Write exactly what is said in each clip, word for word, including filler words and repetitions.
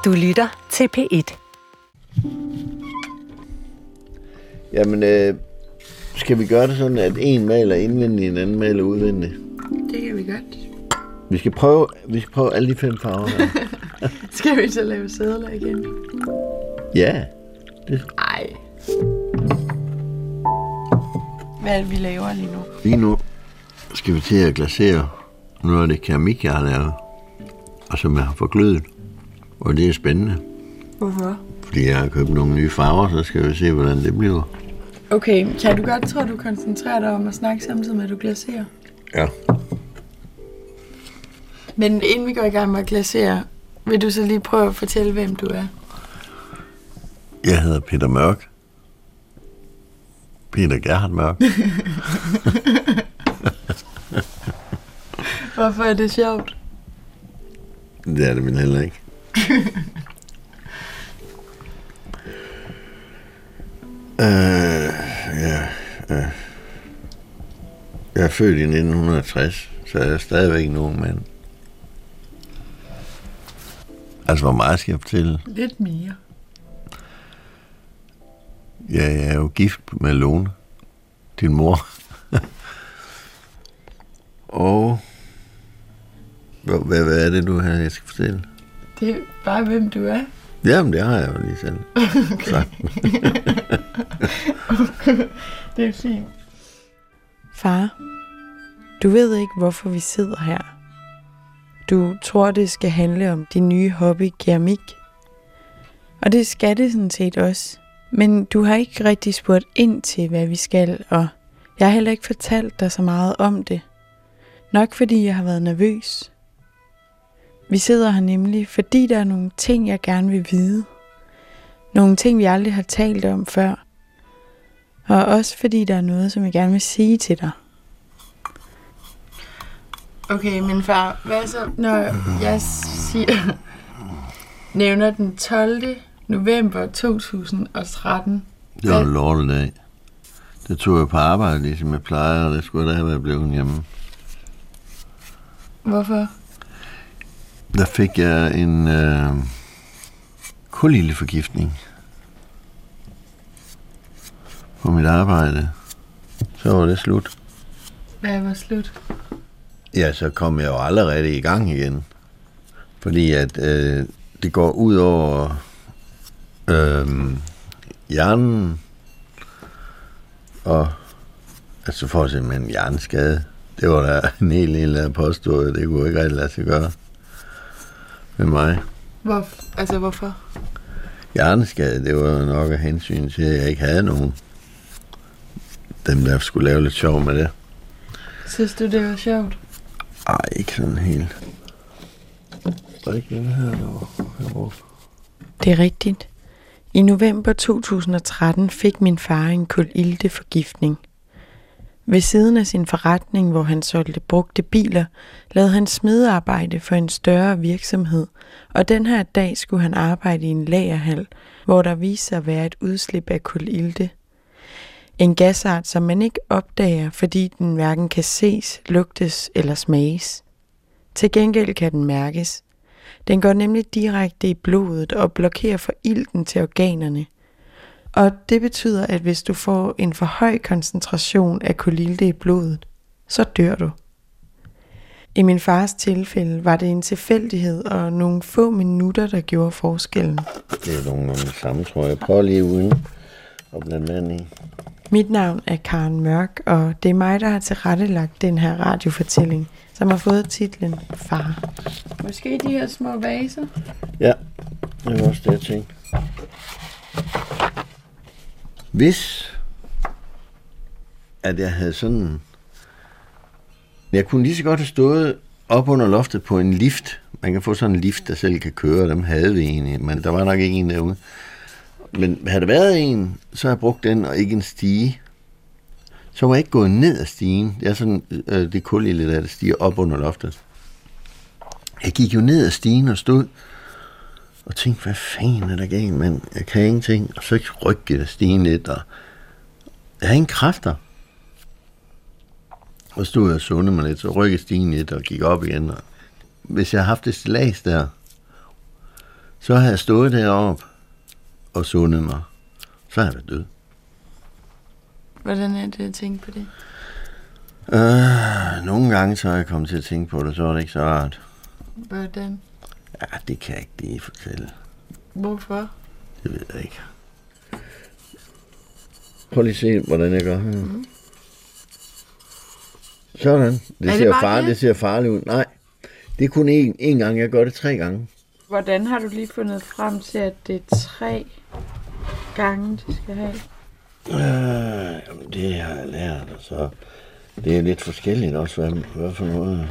Du lytter til P et. Jamen, øh, skal vi gøre det sådan, at en maler indvendigt, en anden maler udvendigt? Det kan vi godt. Vi skal prøve, vi skal prøve alle de fem farver. Skal vi så lave sædler igen? Ja. Det. Ej. Hvad er det, vi laver lige nu? Lige nu skal vi til at glasere noget af det keramik, jeg har lavet, og som jeg har forglødet. Og det er spændende. Hvorfor? Fordi jeg har købt nogle nye farver, så skal vi se, hvordan det bliver. Okay, kan du godt tro, at du koncentrerer dig om at snakke samtidig med, at du glaserer? Ja. Men inden vi går i gang med at glasere, vil du så lige prøve at fortælle, hvem du er? Jeg hedder Peter Mørk. Peter Gerhard Mørk. Hvorfor er det sjovt? Det er det vel heller ikke. øh, ja, øh. Jeg er født i nitten tres, så jeg er stadigvæk en ung mand. Altså, hvor meget skal jeg fortælle? Lidt mere. Ja, jeg er jo gift med Lone, din mor. Og hvad, hvad er det, du har, jeg skal fortælle? Det er bare, hvem du er. Jamen, det har jeg jo lige selv. Okay. Okay. Det er fint. Far, du ved ikke, hvorfor vi sidder her. Du tror, det skal handle om din nye hobby, keramik. Og det skal det sådan set også. Men du har ikke rigtig spurgt ind til, hvad vi skal, og jeg har heller ikke fortalt dig så meget om det. Nok fordi jeg har været nervøs. Vi sidder her nemlig, fordi der er nogle ting, jeg gerne vil vide. Nogle ting, vi aldrig har talt om før. Og også fordi der er noget, som jeg gerne vil sige til dig. Okay, min far, hvad så, når jeg siger, nævner den tolvte november to tusind og tretten? Det var en lortedag. Det tog jeg på arbejde, ligesom jeg plejer, og det skulle da have været blevet hjemme. Hvorfor? Der fik jeg en øh, kulilteforgiftning på mit arbejde. Så var det slut. Hvad var slut? Ja, så kom jeg jo allerede i gang igen. Fordi at øh, det går ud over øh, hjernen, og altså for eksempel en hjerneskade. Det var der en hel del af påstået, det kunne ikke rigtig lade sig gøre med mig. Hvor, altså hvorfor? Hjerneskade, det var nok af hensyn til, at jeg ikke havde nogen. Dem, der skulle lave lidt sjov med det. Synes du, det var sjovt? Ej, ikke sådan helt. Drik den her derovre. Det er rigtigt. I november to tusind og tretten fik min far en kulilteforgiftning. Ved siden af sin forretning, hvor han solgte brugte biler, lavede han smedearbejde for en større virksomhed, og den her dag skulle han arbejde i en lagerhal, hvor der viste sig at være et udslip af kulilte. En gasart, som man ikke opdager, fordi den hverken kan ses, lugtes eller smages. Til gengæld kan den mærkes. Den går nemlig direkte i blodet og blokerer for ilten til organerne. Og det betyder, at hvis du får en for høj koncentration af kulilte i blodet, så dør du. I min fars tilfælde var det en tilfældighed og nogle få minutter, der gjorde forskellen. Det er nogle af de samme, tror jeg. Prøv lige uden at blande vand i. Mit navn er Karen Mørk, og det er mig, der har tilrettelagt den her radiofortælling, som har fået titlen Far. Måske de her små vaser? Ja, det var også det, jeg tænkte. Hvis at jeg havde sådan... Jeg kunne lige så godt have stået op under loftet på en lift. Man kan få sådan en lift, der selv kan køre. Dem havde vi egentlig, men der var nok ikke en derude. Men havde der været en, så har jeg brugt den og ikke en stige. Så var jeg ikke gået ned ad stigen. Det er sådan, øh, det kulilde der, der stiger op under loftet. Jeg gik jo ned ad stigen og stod og tænkte, hvad fanden er der galt, mand? Jeg kan ingenting. Og så rykkede jeg stigen lidt, og jeg havde ingen kræfter. Og stod jeg og sundede mig lidt, så rykkede stigen lidt og gik op igen. Og hvis jeg havde haft et stillads der, Så har jeg stået deroppe og sundet mig. Så har jeg været død. Hvordan er det at tænke på det? Øh, nogle gange så er jeg kommet til at tænke på det, så er det ikke så rart. Hvordan? Ja, det kan jeg ikke lige fortælle. Hvorfor? Det ved jeg ikke. Prøv lige at se, hvordan jeg gør. Mm. Sådan. Det, det ser farligt, det ser farligt ud. Nej, det er kun én, én gang. Jeg gør det tre gange. Hvordan har du lige fundet frem til, at det er tre gange, det skal have? Øh, jamen, det har jeg lært, og så det er lidt forskelligt også, hvad, hvad for noget.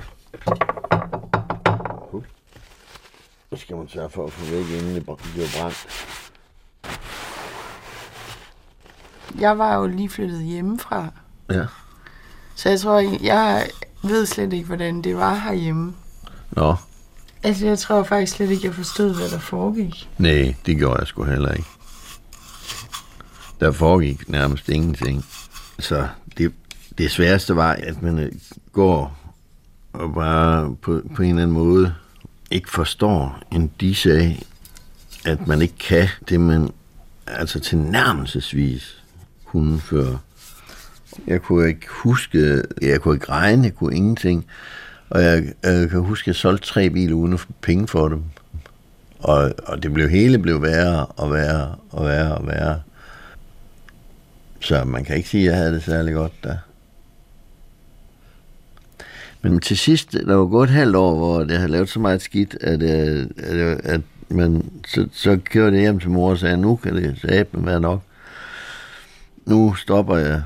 Uh. Det skal man sørge for at få væk, inden det bliver brændt. Jeg var jo lige flyttet hjemmefra. Ja. Så jeg tror, jeg ved slet ikke, hvordan det var herhjemme. Nå. Altså, jeg tror faktisk slet ikke, jeg forstod, hvad der foregik. Nej, det gjorde jeg sgu heller ikke. Der foregik nærmest ingenting. Så det, det sværeste var, at man går og bare på, på en eller anden måde ikke forstår en disse af, at man ikke kan det, man altså tilnærmelsesvis kunne før. Jeg kunne ikke huske, jeg kunne ikke regne, jeg kunne ingenting. Og jeg, jeg kan huske, at jeg solgte tre biler uden at få penge for dem. Og, og det blev hele blev værre og værre og værre og værre. Så man kan ikke sige, at jeg havde det særlig godt der. Men til sidst, der var gået et halvt år, hvor jeg havde lavet så meget skidt, at, at, at, at man, så, så kørte jeg hjem til mor og sagde, nu kan det sæbe være nok. Nu stopper jeg.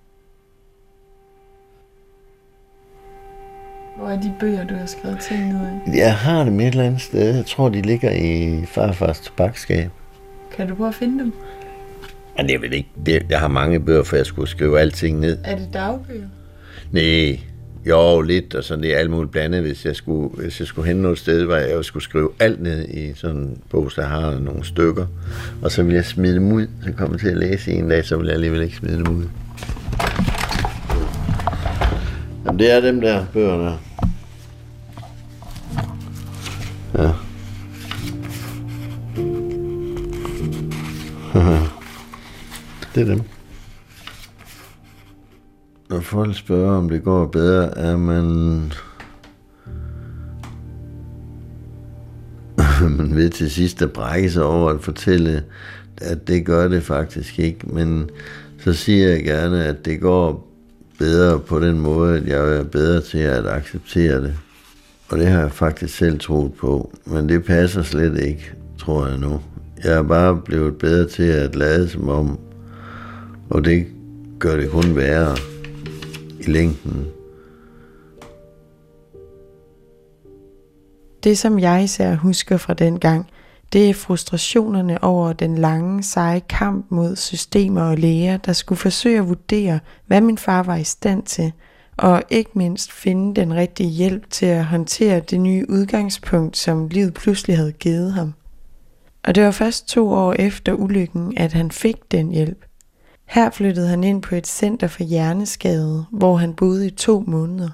Hvor er de bøger, du har skrevet ting ned i? Jeg har dem et eller andet sted. Jeg tror, de ligger i farfars tobaksskab. Kan du prøve at finde dem? Ja, det ved ikke. Det, jeg har mange bøger, for jeg skulle skrive alting ned. Er det dagbøger? Nej, jo, lidt, og sådan det er alt muligt blandet, hvis jeg skulle, hvis jeg skulle hen noget sted, hvor jeg skulle skrive alt ned i sådan en bog, der har nogle stykker, og så ville jeg smide dem ud, så kom jeg til at læse en dag, så ville jeg alligevel ikke smide dem ud. Jamen, det er dem der bøger der. Ja. Det er dem. Når folk spørger, om det går bedre, er man... man ved til sidst at brække sig over at fortælle, at det gør det faktisk ikke. Men så siger jeg gerne, at det går bedre på den måde, at jeg er bedre til at acceptere det. Og det har jeg faktisk selv troet på. Men det passer slet ikke, tror jeg nu. Jeg er bare blevet bedre til at lade som om, og det gør det kun værre i længden. Det, som jeg især husker fra den gang, det er frustrationerne over den lange, seje kamp mod systemer og læger, der skulle forsøge at vurdere, hvad min far var i stand til, og ikke mindst finde den rigtige hjælp til at håndtere det nye udgangspunkt, som livet pludselig havde givet ham. Og det var først to år efter ulykken, at han fik den hjælp. Her flyttede han ind på et center for hjerneskadede, hvor han boede i to måneder.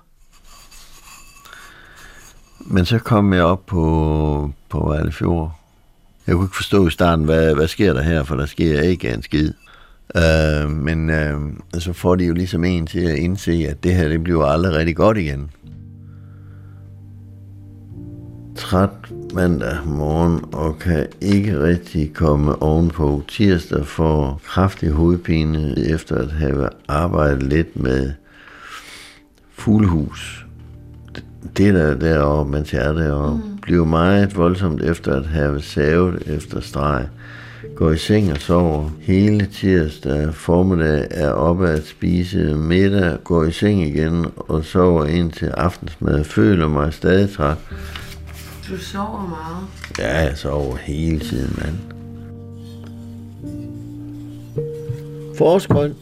Men så kom jeg op på, på Vejlefjord. Jeg kunne ikke forstå i starten, hvad, hvad sker der her, for der sker ikke en skid. Uh, men uh, så får de jo ligesom en til at indse, at det her det bliver aldrig rigtig godt igen. Træt mandag morgen og kan ikke rigtig komme ovenpå. Tirsdag får kraftig hovedpine efter at have arbejdet lidt med fuglehus. Det der deroppe, mens jeg er deroppe, mm. bliver meget voldsomt efter at have savet efter streg. Går i seng og sover hele tirsdag formiddag, er oppe at spise middag, går i seng igen og sover ind til aftensmad. Føler mig stadig træt. Du sover meget? Ja, jeg sover hele tiden, mand. Forårsgrøn.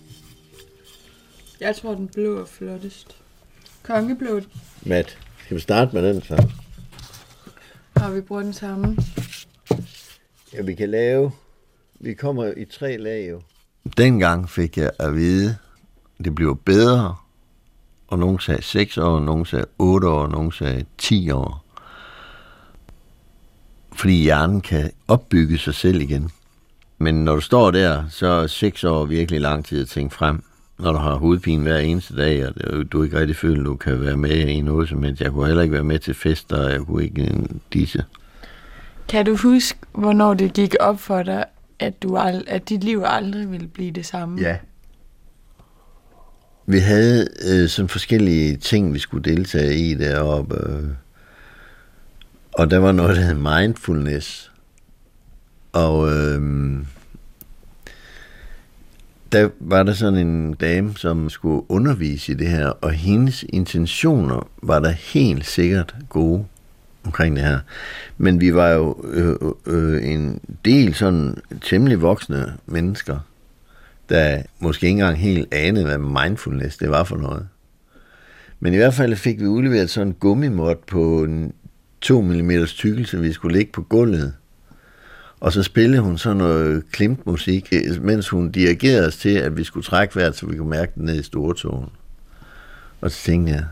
Jeg tror, den blå er flottest. Kongeblå. Matt, skal vi starte med den så? Har vi brugt den samme? Ja, vi kan lave... Vi kommer i tre lag jo. Dengang fik jeg at vide, at det bliver bedre. Og nogen sagde seks år, nogen sagde otte år, nogen sagde ti år. fordi hjernen kan opbygge sig selv igen. Men når du står der, så er seks år virkelig lang tid at tænke frem. Når du har hovedpine hver eneste dag, og du ikke rigtig føler, at du kan være med i noget som helst. Jeg kunne heller ikke være med til fester, og jeg kunne ikke disse. Kan du huske, hvornår det gik op for dig, at, du ald- at dit liv aldrig ville blive det samme? Ja. Vi havde øh, sådan forskellige ting, vi skulle deltage i deroppe. Øh, og der var noget, der hed mindfulness. Og øh, der var der sådan en dame, som skulle undervise i det her, og hendes intentioner var der helt sikkert gode omkring det her. Men vi var jo øh, øh, en del sådan temmelig voksne mennesker, der måske ikke engang helt anede, hvad mindfulness det var for noget. Men i hvert fald fik vi udleveret sådan en gummimod på en to millimeter tykkelse, vi skulle ligge på gulvet. Og så spillede hun sådan noget klimtmusik, mens hun dirigerede os til, at vi skulle trække vejret, så vi kunne mærke den ned i stortåen. Og så tænkte jeg,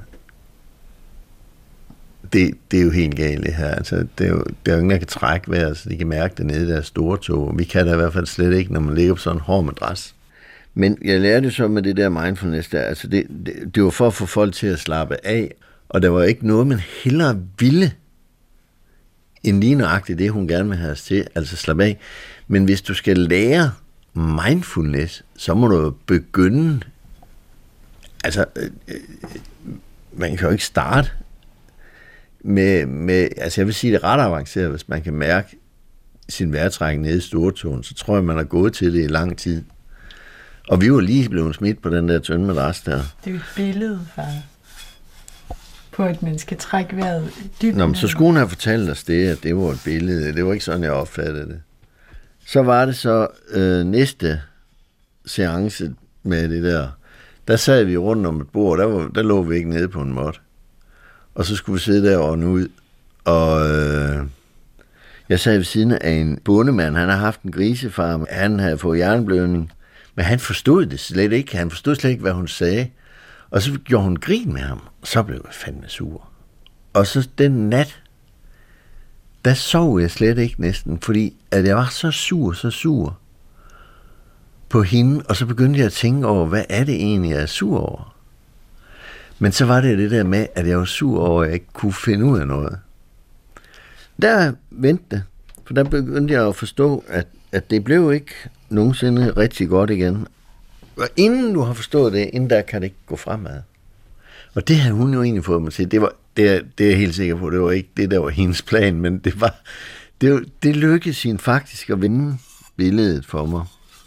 det, det er jo helt galt det her. Altså, det er jo, der er jo ingen, der kan trække vejret, så de kan mærke det nede i deres stortå. Vi kan da i hvert fald slet ikke, når man ligger på sådan en hård madras. Men jeg lærte så med det der mindfulness der, altså det, det, det var for at få folk til at slappe af, og der var ikke noget, man hellere ville, end lige nøjagtigt det, hun gerne vil have os til, altså slappe af. Men hvis du skal lære mindfulness, så må du begynde, altså, øh, man kan jo ikke starte med, med, altså jeg vil sige, det er ret avanceret, hvis man kan mærke sin vejrtrækning nede i stortåen, så tror jeg, man har gået til det i lang tid. Og vi var lige blevet smidt på den der tynde madras der. Det er jo et billede, far, på at man skal trække vejret dybt. Nå, men så skulle hun have fortalt os det, at det var et billede. Det var ikke sådan, jeg opfattede det. Så var det så øh, næste seance med det der. Der sad vi rundt om et bord, der, var, der lå vi ikke nede på en måt. Og så skulle vi sidde der og ånde ud. Og øh, jeg sad ved siden af en bondemand. Han har haft en grisefarm. Han havde fået hjerneblødning. Men han forstod det slet ikke. Han forstod slet ikke, hvad hun sagde. Og så gjorde hun grin med ham. Og så blev jeg fandme sur. Og så den nat, der sov jeg slet ikke næsten. Fordi at jeg var så sur, så sur på hende. Og så begyndte jeg at tænke over, hvad er det egentlig, jeg er sur over? Men så var det det der med, at jeg var sur over, at jeg ikke kunne finde ud af noget. Der vendte det. For der begyndte jeg at forstå, at, at det blev ikke nogensinde rigtig godt igen. Og inden du har forstået det, inden der kan det ikke gå fremad. Og det havde hun jo egentlig fået mig til. Det, var, det, er, det er jeg helt sikker på, det var ikke det, der var hendes plan, men det, var, det, det lykkedes hende faktisk at vinde billedet for mig.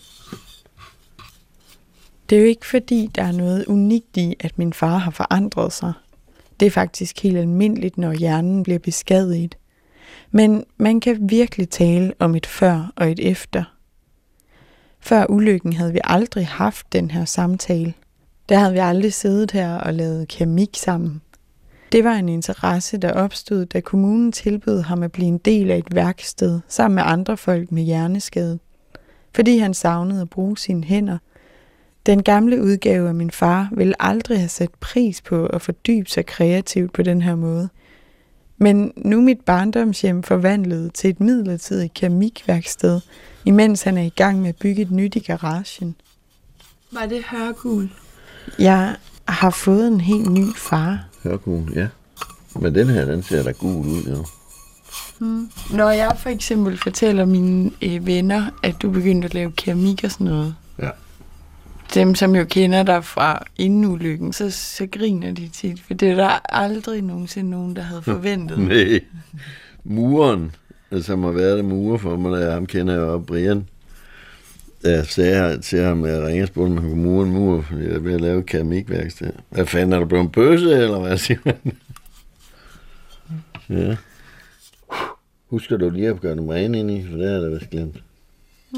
Det er jo ikke fordi, der er noget unikt i, at min far har forandret sig. Det er faktisk helt almindeligt, når hjernen bliver beskadiget. Men man kan virkelig tale om et før og et efter. Før ulykken havde vi aldrig haft den her samtale. Der havde vi aldrig siddet her og lavet keramik sammen. Det var en interesse, der opstod, da kommunen tilbød ham at blive en del af et værksted sammen med andre folk med hjerneskade. Fordi han savnede at bruge sine hænder. Den gamle udgave af min far ville aldrig have sat pris på at fordybe sig kreativt på den her måde. Men nu er mit barndomshjem forvandlet til et midlertidigt keramikværksted, imens han er i gang med at bygge et nyt i garagen. Var det hørgul? Jeg har fået en helt ny far. Hørgul, ja. Men den her, den ser da gul ud, jo. Hmm. Når jeg for eksempel fortæller mine øh, venner, at du begyndte at lave keramik og sådan noget, ja. Dem, som jo kender dig fra inden ulykken, så, så griner de tit, for det er der aldrig nogensinde nogen, der havde forventet. Nej, muren, som har været der murer for mig, der ham kender jeg jo, Brian. Jeg sagde til ham, at jeg ringer og spurgte, om han kunne mure en mur, fordi jeg er ved at lave et keramikværksted. Hvad fanden, er der blevet en bøsse, eller hvad siger man? Ja. Husker du lige at gøre noget ren ind i, for det er der vist glemt. Hmm.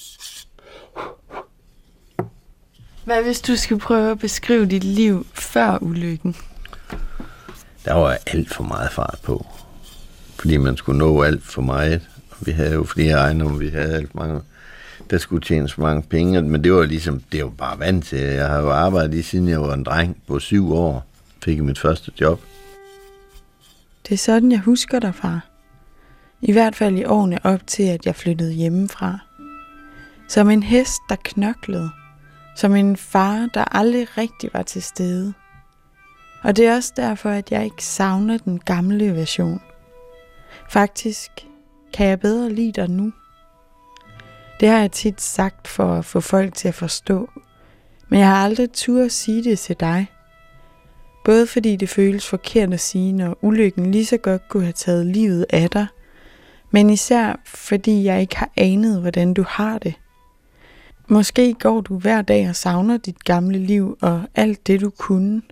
Hvad hvis du skulle prøve at beskrive dit liv før ulykken? Der var alt for meget fart på. Fordi man skulle nå alt for meget. Vi havde jo flere ejendomme, vi havde alt for mange. Der skulle tjenes for mange penge, men det var ligesom, det var bare vant til. Jeg har jo arbejdet lige siden jeg var en dreng på syv år. Fik jeg mit første job. Det er sådan, jeg husker dig, far. I hvert fald i årene op til, at jeg flyttede hjemmefra. Som en hest, der knoklede. Som en far, der aldrig rigtig var til stede. Og det er også derfor, at jeg ikke savner den gamle version. Faktisk kan jeg bedre lide dig nu. Det har jeg tit sagt for at få folk til at forstå. Men jeg har aldrig turde at sige det til dig. Både fordi det føles forkert at sige, når ulykken lige så godt kunne have taget livet af dig. Men især fordi jeg ikke har anet, hvordan du har det. Måske går du hver dag og savner dit gamle liv og alt det du kunne.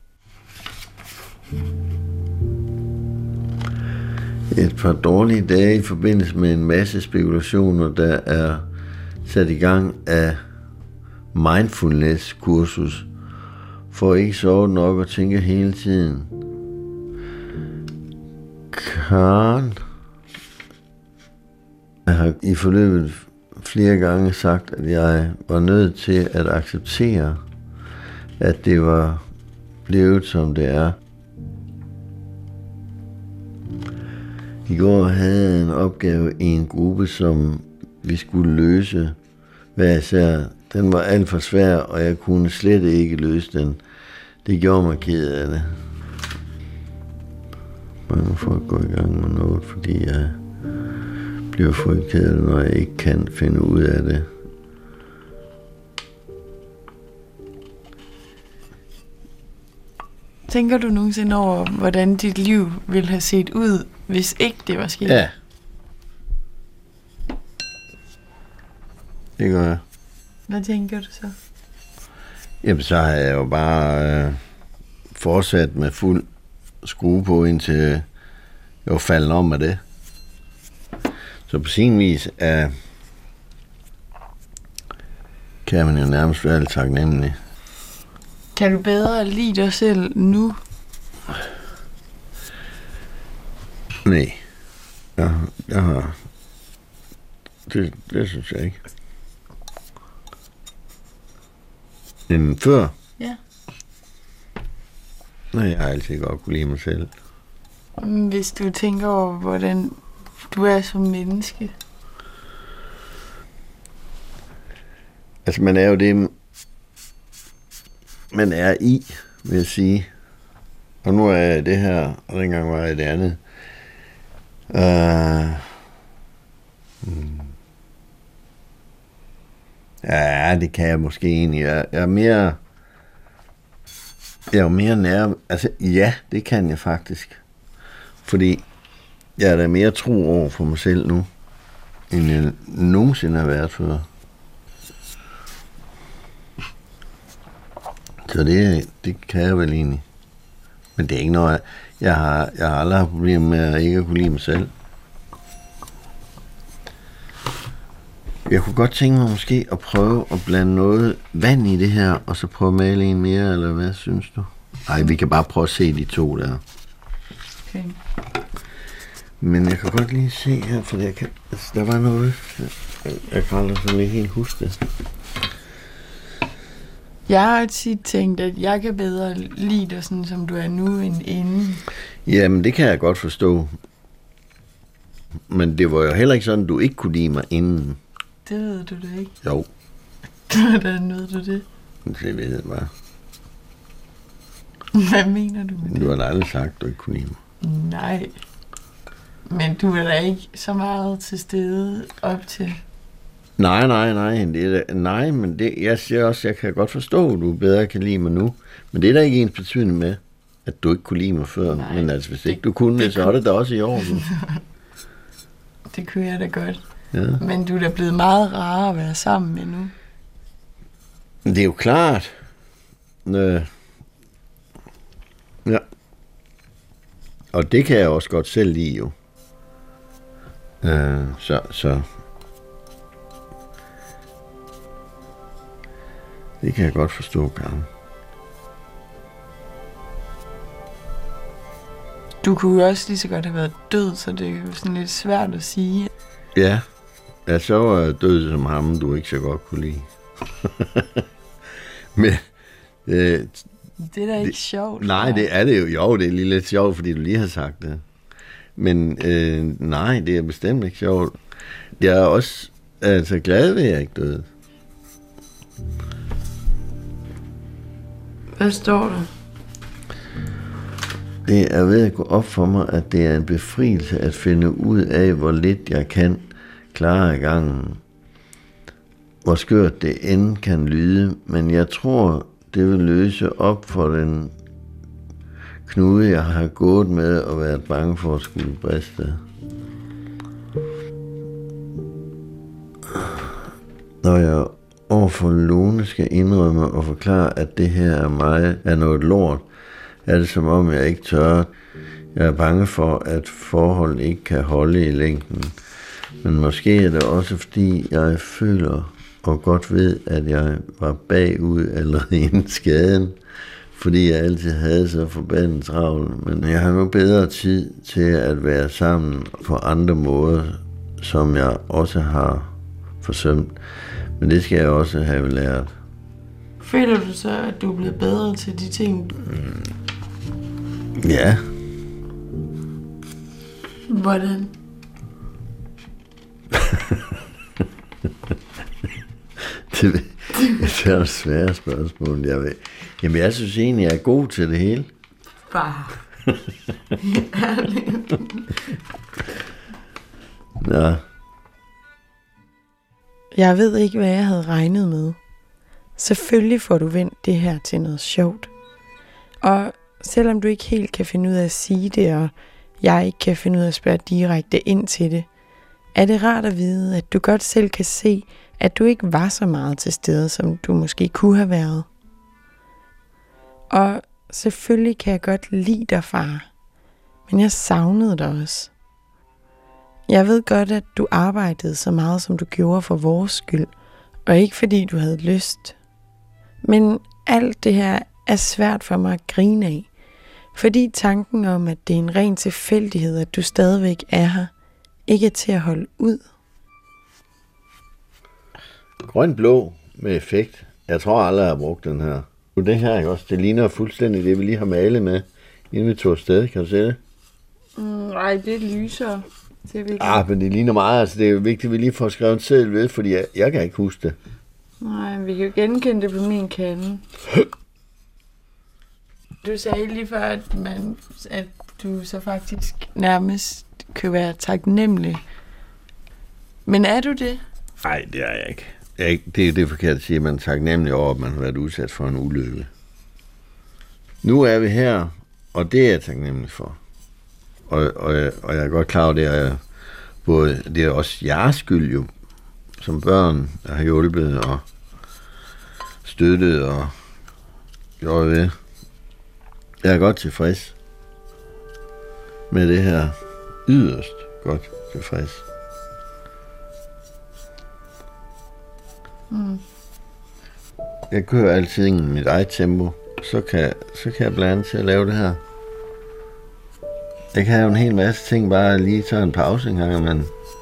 Et par dårlige dage i forbindelse med en masse spekulationer, der er sat i gang af mindfulness-kursus, for ikke sove nok og tænke hele tiden. Karen, jeg har i forløbet flere gange sagt, at jeg var nødt til at acceptere, at det var blevet som det er. I går havde jeg en opgave i en gruppe, som vi skulle løse hver især. Den var alt for svær, og jeg kunne slet ikke løse den. Det gjorde mig ked af det. Mange folk går i gang med noget, fordi jeg bliver frygtet ked af det, når jeg ikke kan finde ud af det. Tænker du nogensinde over, hvordan dit liv ville have set ud, hvis ikke det var sket? Ja. Det gør jeg. Hvad tænker du så? Jamen, så har jeg jo bare øh, fortsat med fuld skrue på, indtil jeg var faldet om af det. Så på sin vis er, kan man jo nærmest være lidt taknemmelig. Kan du bedre lide dig selv nu? Nej. Jeg, jeg har... Det, det synes jeg ikke. End før? Ja. Nej, jeg har altid godt kunne lide mig selv. Hvis du tænker over, hvordan du er som menneske. Altså, man er jo det, man er i, vil jeg sige. Og nu er jeg det her, og dengang var jeg det andet. Uh, hmm. Ja, det kan jeg måske egentlig. Jeg, jeg er mere... Jeg er jo mere nær... Altså, ja, det kan jeg faktisk. Fordi jeg er da mere tro over for mig selv nu, end jeg nogensinde har været før. Så det, det kan jeg vel egentlig. Men det er ikke noget... Jeg har, jeg har aldrig haft problemer med at ikke at kunne lide mig selv. Jeg kunne godt tænke mig måske at prøve at blande noget vand i det her, og så prøve at male en mere, eller hvad synes du? Nej, vi kan bare prøve at se de to der. Okay. Men jeg kan godt lige se her, for jeg kan, altså, der var noget, jeg kan aldrig sådan ikke helt huske det. Jeg har tit tænkt, at jeg kan bedre lide dig sådan, som du er nu, end inden. Jamen, det kan jeg godt forstå. Men det var jo heller ikke sådan, at du ikke kunne lide mig inden. Det ved du da ikke. Jo. Hvordan ved du det? Det ved jeg bare. Hvad mener du med det? Du har da aldrig sagt, at du ikke kunne lide mig. Nej. Men du er da ikke så meget til stede op til... Nej, nej, nej. Det er da, nej, men det, jeg siger også, jeg kan godt forstå, at du bedre kan lide mig nu. Men det er da ikke ens betydende med, at du ikke kunne lide mig før. Nej, men altså, hvis det, ikke du kunne det, så er det da også i orden. Det kunne jeg da godt. Ja. Men du er da blevet meget rarere at være sammen med nu. Det er jo klart. Øh. Ja. Og det kan jeg også godt selv lide, jo. Øh, så, så... Det kan jeg godt forstå, Karen. Du kunne jo også lige så godt have været død, så det er jo sådan lidt svært at sige. Ja, ja, så var jeg død som ham, du ikke så godt kunne lide. Men... Øh, det er da ikke det, sjovt. Nej, det er det jo. Jo, det er lige lidt sjovt, fordi du lige har sagt det. Men øh, nej, det er bestemt ikke sjovt. Jeg er også altså, glad ved, at jeg ikke døde. Hvad står der? Det er ved at gå op for mig, at det er en befrielse at finde ud af, hvor lidt jeg kan klare af gangen. Hvor skørt det end kan lyde, men jeg tror, det vil løse op for den knude, jeg har gået med og været bange for at skulle briste. Når jeg overfor Lone skal indrømme og forklare, at det her er mig, er noget lort, er det som om jeg ikke tør. Jeg er bange for, at forhold ikke kan holde i længden. Men måske er det også fordi, jeg føler og godt ved, at jeg var bagud allerede inden skaden, fordi jeg altid havde så forbandet travlt. Men jeg har nu bedre tid til at være sammen på andre måder, som jeg også har forsømt. Men det skal jeg også have lært. Føler du så, at du er blevet bedre til de ting? Mm. Ja. Hvordan? det, det er et svært spørgsmål. Jeg ved. Jamen, jeg synes egentlig, jeg er god til det hele. Bare. Ærligt. Ja. Jeg ved ikke, hvad jeg havde regnet med. Selvfølgelig får du vendt det her til noget sjovt. Og selvom du ikke helt kan finde ud af at sige det, og jeg ikke kan finde ud af at spørge direkte ind til det, er det rart at vide, at du godt selv kan se, at du ikke var så meget til stede, som du måske kunne have været. Og selvfølgelig kan jeg godt lide dig, far. Men jeg savnede dig også. Jeg ved godt, at du arbejdede så meget, som du gjorde for vores skyld, og ikke fordi du havde lyst. Men alt det her er svært for mig at grine af, fordi tanken om, at det er en ren tilfældighed, at du stadigvæk er her, ikke er til at holde ud. Grøn-blå med effekt. Jeg tror aldrig, jeg har brugt den her. Det her, ikke også? Det ligner fuldstændig det, vi lige har malet med, inden vi tog afsted. Kan du se det? Nej, mm, det er lysere. Det ah, men det ligner meget. Altså, det er jo vigtigt, at vi lige får skrevet en seddel ved, fordi jeg, jeg kan ikke huske det. Nej, vi kan jo genkende det på min kande. Du sagde lige før, at, man, at du så faktisk nærmest kan være taknemmelig. Men er du det? Nej, det er jeg ikke. Jeg er ikke det er det forkert at sige, at man er taknemmelig over, at man har været udsat for en ulykke. Nu er vi her, og det er jeg taknemmelig for. Og, og, jeg, og jeg er godt klar over, det er, både, det er også jeres skyld jo, som børn, der har hjulpet og støttet og gjort det. Jeg er godt tilfreds med det her. Yderst godt tilfreds. Mm. Jeg kører altid i mit eget tempo, så kan, så kan jeg blande til at lave det her. Jeg kan have en hel masse ting, bare lige tage en pause en gang, men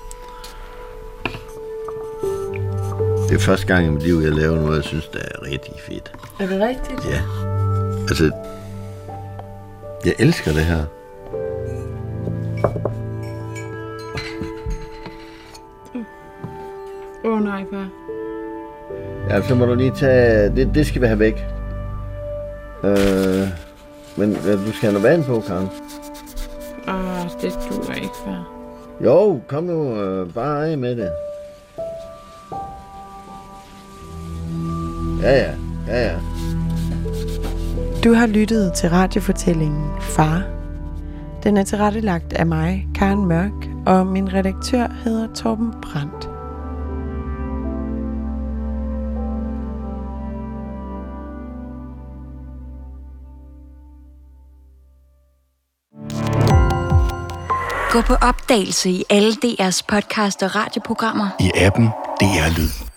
det er første gang i mit liv, jeg laver noget, jeg synes, der er rigtig fedt. Er det rigtigt? Ja. Altså, jeg elsker det her. Åh oh, nej, far. Ja, så må du lige tage... Det, det skal vi have væk. Øh, men du skal have noget vand på, Karen. Åh, oh, det duer ikke, far. Jo, kom nu øh, bare af med det. Ja, ja. Ja, ja. Du har lyttet til radiofortællingen Far. Den er tilrettelagt af mig, Karen Mørk, og min redaktør hedder Torben Brandt. Gå på opdagelse i alle D R's podcast og radioprogrammer. I appen D R Lyd.